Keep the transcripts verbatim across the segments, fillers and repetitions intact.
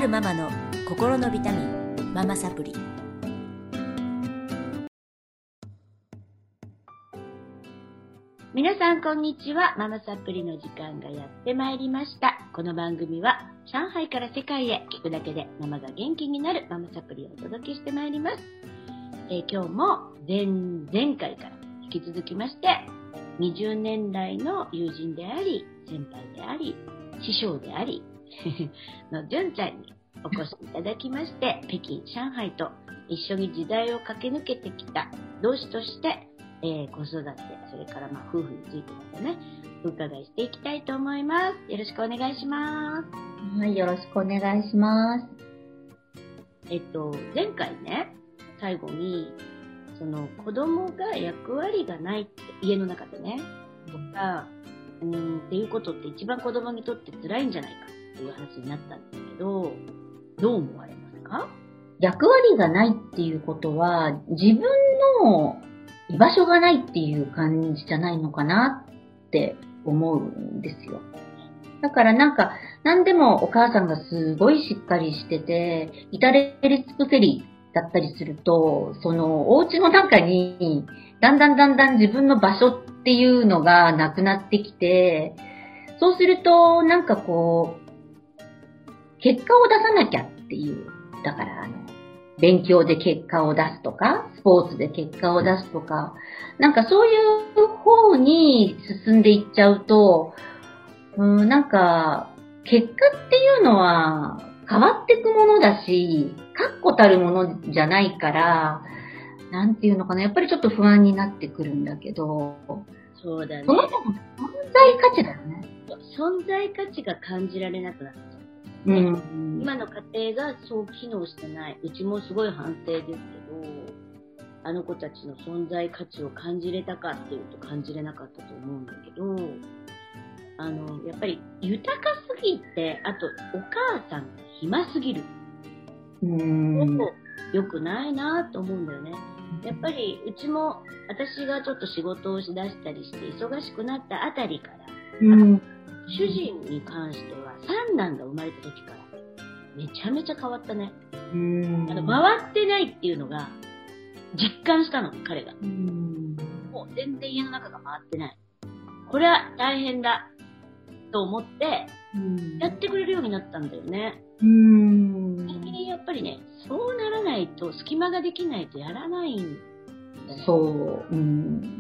るママの心のビタミン、ママサプリ。皆さんこんにちは。ママサプリの時間がやってまいりました。この番組は上海から世界へ、聞くだけでママが元気になるママサプリをお届けしてまいります。えー、今日も前々回から引き続きまして、にじゅうねん来の友人であり、先輩であり、師匠でありのじゅんちゃんにお越しいただきまして、北京、上海と一緒に時代を駆け抜けてきた同志として、えー、子育て、それからまあ夫婦についてまでね、お伺いしていきたいと思います。よろしくお願いします。 はい、よろしくお願いします。 えっと、前回ね、最後に、その子供が役割がないって、家の中でね、とか、うーん、っていうことって一番子供にとって辛いんじゃないかっていう話になったんですけど、どう思われますか？ 役割がないっていうことは、自分の居場所がないっていう感じじゃないのかなって思うんですよ。だからなんか、何でもお母さんがすごいしっかりしてて、至れり尽くせりだったりすると、そのお家の中に、だんだんだんだん自分の場所っていうのがなくなってきて、そうすると、なんかこう、結果を出さなきゃっていう、だからあの、勉強で結果を出すとか、スポーツで結果を出すとか、なんかそういう方に進んでいっちゃうと、うん、なんか、結果っていうのは変わっていくものだし、確固たるものじゃないから、なんていうのかな、やっぱりちょっと不安になってくるんだけど、 そうだね。 その子の存在価値だよね。 存在価値が感じられなくなっちゃう、ね。うん、今の家庭がそう機能してない。うちもすごい反省ですけど、あの子たちの存在価値を感じれたかっていうと感じれなかったと思うんだけど、あの、やっぱり豊かすぎて、あとお母さんが暇すぎる。 うーん。 良くないなと思うんだよね。やっぱりうちも私がちょっと仕事をしだしたりして忙しくなったあたりから、 うん、 主人に関しては三男が生まれた時からめちゃめちゃ変わったね。 うん、 あの回ってないっていうのが実感したの、彼が。 うん、 もう全然家の中が回ってない。これは大変だと思ってやってくれるようになったんだよね。 うん、 やっぱりね、そうならないと、隙間ができないとやらないんだよね。 そう。うん。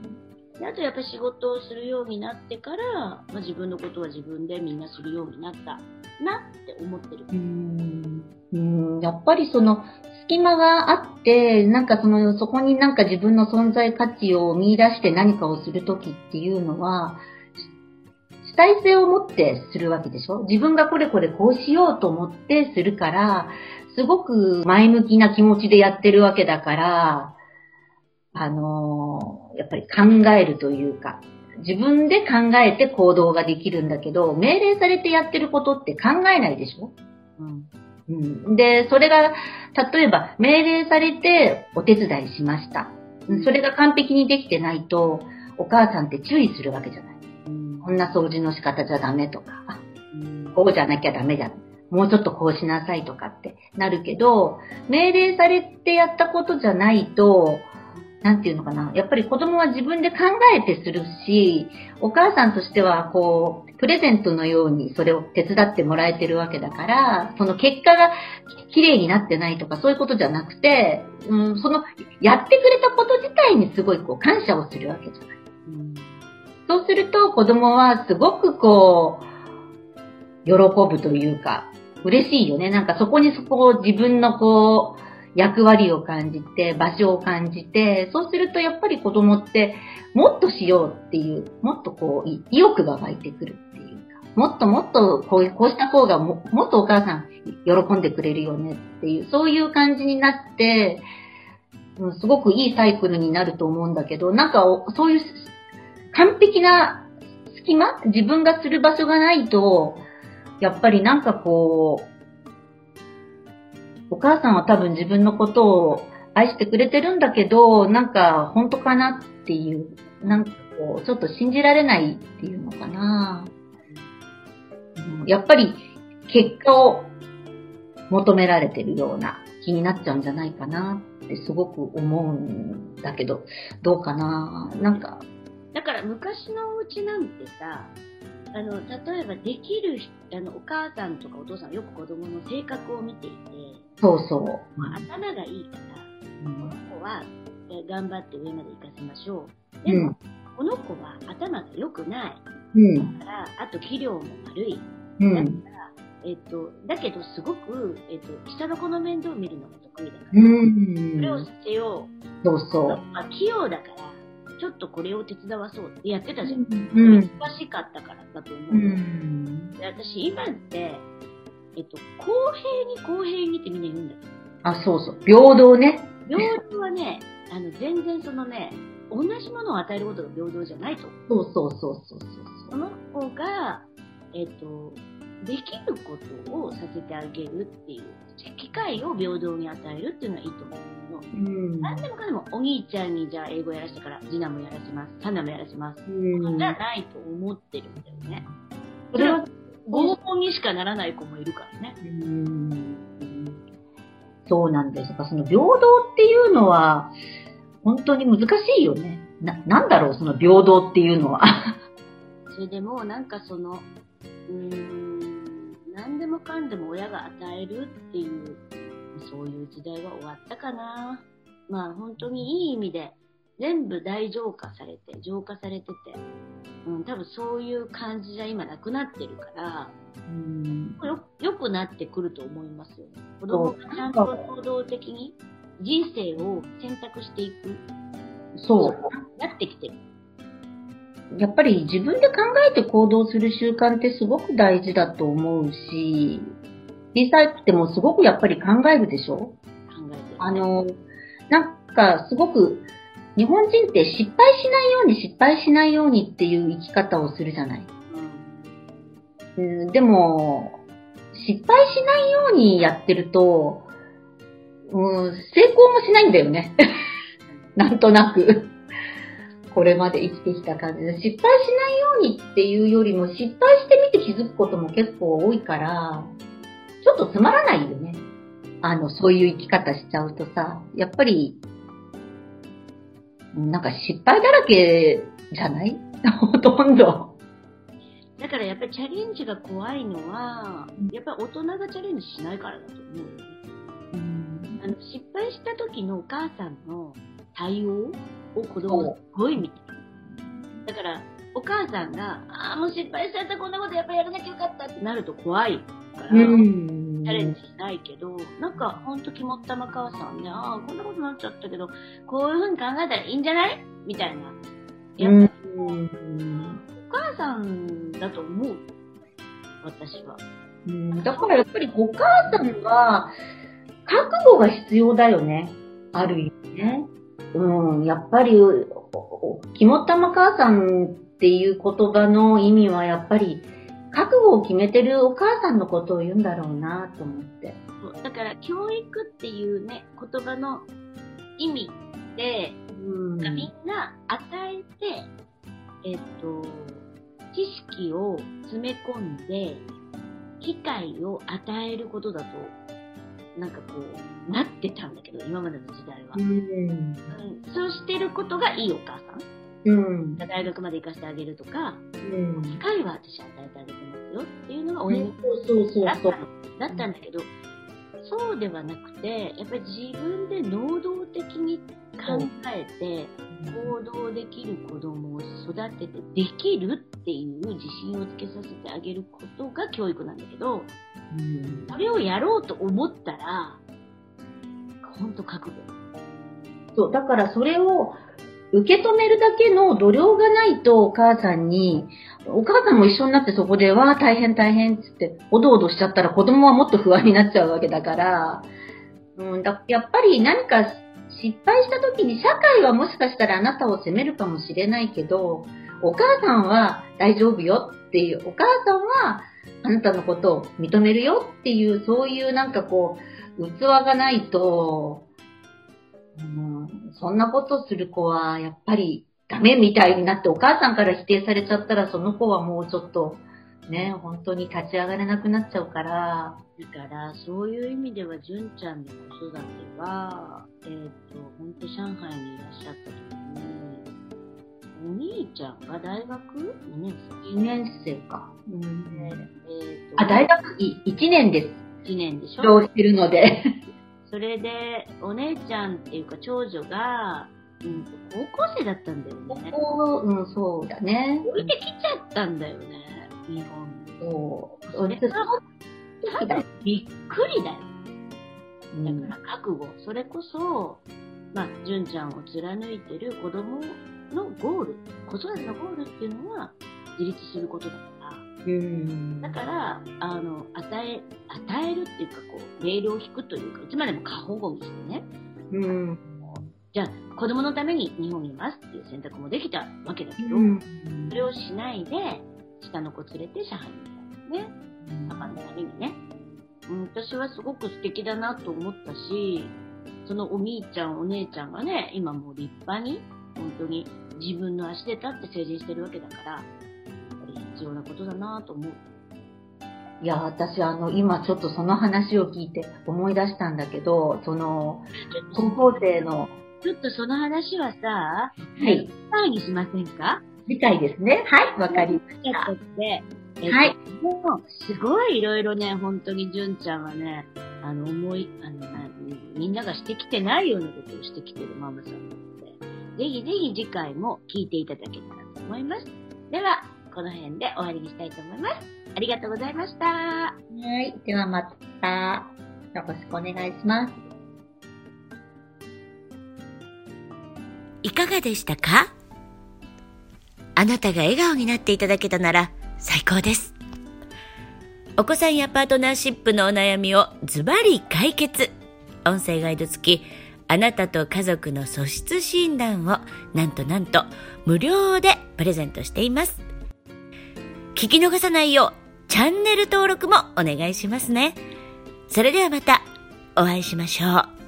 であとやっぱり仕事をするようになってから、まあ、自分のことは自分でみんなするようになったなって思ってる。 うん、うん、やっぱりその隙間があって、なんかその、そこになんか自分の存在価値を見出して何かをするときっていうのは、主体性を持ってするわけでしょ？自分がこれこれこうしようと思ってするから、すごく前向きな気持ちでやってるわけだから、あのー、やっぱり考えるというか、自分で考えて行動ができるんだけど、命令されてやってることって考えないでしょ？うんうん、で、それが、例えば命令されてお手伝いしました。それが完璧にできてないと、お母さんって注意するわけじゃない。こんな掃除の仕方じゃダメとか、こうじゃなきゃダメじゃん。もうちょっとこうしなさいとかってなるけど、命令されてやったことじゃないと、なんていうのかな。やっぱり子供は自分で考えてするし、お母さんとしてはこう、プレゼントのようにそれを手伝ってもらえてるわけだから、その結果が綺麗になってないとかそういうことじゃなくて、うん、その、やってくれたこと自体にすごいこう感謝をするわけじゃない。うんそうすると子供はすごくこう、喜ぶというか、嬉しいよね。なんかそこにそこを自分のこう、役割を感じて、場所を感じて、そうするとやっぱり子供ってもっとしようっていう、もっとこう、意欲が湧いてくるっていうか、もっともっとこう、こうした方がも、もっとお母さん喜んでくれるよねっていう、そういう感じになって、うん、すごくいいサイクルになると思うんだけど、なんかそういう完璧な隙間、自分がする場所がないと、やっぱりなんかこう、お母さんは多分自分のことを愛してくれてるんだけど、なんか本当かなっていう、なんかこう、ちょっと信じられないっていうのかな。やっぱり結果を求められてるような気になっちゃうんじゃないかなってすごく思うんだけど、どうかな。なんか。 だから昔のお家なんてさ、あの、例えばできるあのお母さんとかお父さんはよく子供の性格を見ていて、 そうそう。 まあ、頭がいいから、 うん、 この子は頑張って上まで行かせましょう。でも、うん、この子は頭が良くない。うん、だから、あと器量も悪い。うん、だから、えっと、だけどすごく、えっと、下の子の面倒を見るのが得意だから、うん、それをさせよう。 そうそう。 まあ、器用だから、ちょっとこれを手伝わそうってやってたじゃん。うん、難しかったからだと思う。うん、で私、今って、えっと、公平に公平にってみんな言うんだけど。 あ、そうそう。平等ね。 平等はね、あの、全然そのね、同じものを与えることが平等じゃないと。 そうそうそうそうそう。 その子が、えっと、できることをさせてあげるっていう、機会を平等に与えるっていうのはいいと思う。うん、何でもかんでもお兄ちゃんにじゃあ英語やらせたから次男もやらせます、三男もやらせます、うん、じゃないと思ってるんだよね。それは合法にしかならない子もいるからね。うん、 そうなんです。その平等っていうのは本当に難しいよね。な、なんだろうその平等っていうのは。 それでもなんかそのうーん何でもかんでも親が与えるっていうそういう時代は終わったかな。まあ本当にいい意味で全部大浄化されて、浄化されてて、うん、多分そういう感じじゃ今なくなってるから、うん、よ、よくなってくると思いますよね。子供がちゃんと行動的に人生を選択していく。 そう。 なってきてる。 やっぱり自分で考えて行動する習慣ってすごく大事だと思うし、小さくてもすごくやっぱり考えるでしょ？考えてる、ね。あの、なんかすごく日本人って失敗しないように失敗しないようにっていう生き方をするじゃない。うん、でも、失敗しないようにやってると、うん、成功もしないんだよね。なんとなく。これまで生きてきた感じで。失敗しないようにっていうよりも、失敗してみて気づくことも結構多いから、ちょっとつまらないよね。あの、そういう生き方しちゃうとさ、やっぱり、なんか失敗だらけじゃない？ほとんど。 だからやっぱりチャレンジが怖いのは、やっぱり大人がチャレンジしないからだと思うよね。うん、あの失敗した時のお母さんの対応を子供がすごい見てる。だからお母さんが、ああもう失敗しちゃった、こんなことやっぱやらなきゃよかったってなると怖いから、チャレンジしないけど、なんかほんと肝っ玉母さんね、ああこんなことになっちゃったけど、こういう風に考えたらいいんじゃないみたいな。やっぱりお母さんだと思う。私は。 うん、だからやっぱりお母さんは覚悟が必要だよね。ある意味ね。うん、やっぱり、肝っ玉母さんっていう言葉の意味はやっぱり覚悟を決めてるお母さんのことを言うんだろうなと思って。 だから教育っていうね、言葉の意味で、うん、みんな与えて、えっと、知識を詰め込んで、機会を与えることだと、なんかこう、なってたんだけど、今までの時代は。うんうん、そうしてることがいいお母さん。うん、大学まで行かせてあげるとか、うん、機会は私与えてあげてますよっていうのが親のだったんだけど、そうではなくて、やっぱり自分で能動的に考えて行動できる子供を育ててできるっていう自信をつけさせてあげることが教育なんだけど、うん、それをやろうと思ったら、ほんと覚悟。 そう、だからそれを受け止めるだけの度量がないとお母さんに、お母さんも一緒になってそこで、わー大変大変って言って、おどおどしちゃったら子供はもっと不安になっちゃうわけだから、うん、だやっぱり何か失敗した時に社会はもしかしたらあなたを責めるかもしれないけど、お母さんは大丈夫よっていう、お母さんはあなたのことを認めるよっていう、そういうなんかこう、器がないと、うん、そんなことする子はやっぱりダメみたいになってお母さんから否定されちゃったらその子はもうちょっとね、本当に立ち上がれなくなっちゃうから。 だから、そういう意味では、純ちゃんの子育ては、えっ、ー、と、本当上海にいらっしゃった時に、お兄ちゃんが大学にねん生 ? に 年生か。うん。 えー、とあ、大学いちねんです。 いちねんでしょ？ どうしてるので。 それで、お姉ちゃんっていうか、長女が、うん、高校生だったんだよね。 高校、うん、そうだね。 置いてきちゃったんだよね、日本に。 そう。 それは、ただびっくりだよ。だから覚悟。それこそ、まあ、純ちゃんを貫いてる子供のゴール、子育てのゴールっていうのは、自立することだから。 うん。 だから、あの、与え、与えるっていうか、こう、レールを引くというか、いつまでも過保護にしてね。 うん。 じゃあ、子供のために日本にいますっていう選択もできたわけだけど、 うん、 それをしないで、下の子連れて上海に行ったんですね。パパのためにね。うん、私はすごく素敵だなと思ったし、そのお兄ちゃん、お姉ちゃんがね、今もう立派に、本当に自分の足で立って成人してるわけだから、やっぱり必要なことだなと思う。 いや、私、あの、今ちょっとその話を聞いて思い出したんだけど、その、高校生の、 ちょっとその話はさ、 はい。 次回にしませんか？ 次回ですね。はい、わかりました。 で、えっと、 はい。 もう、すごいいろいろね、本当に純ちゃんはね、あの、思い、あの、みんながしてきてないようなことをしてきてるママさんなので、ぜひぜひ次回も聞いていただけたらと思います。では、この辺で終わりにしたいと思います。ありがとうございました。はい。ではまた、よろしくお願いします。 いかがでしたか？あなたが笑顔になっていただけたなら最高です。お子さんやパートナーシップのお悩みをズバリ解決。音声ガイド付き、あなたと家族の素質診断をなんとなんと無料でプレゼントしています。聞き逃さないようチャンネル登録もお願いしますね。それではまたお会いしましょう。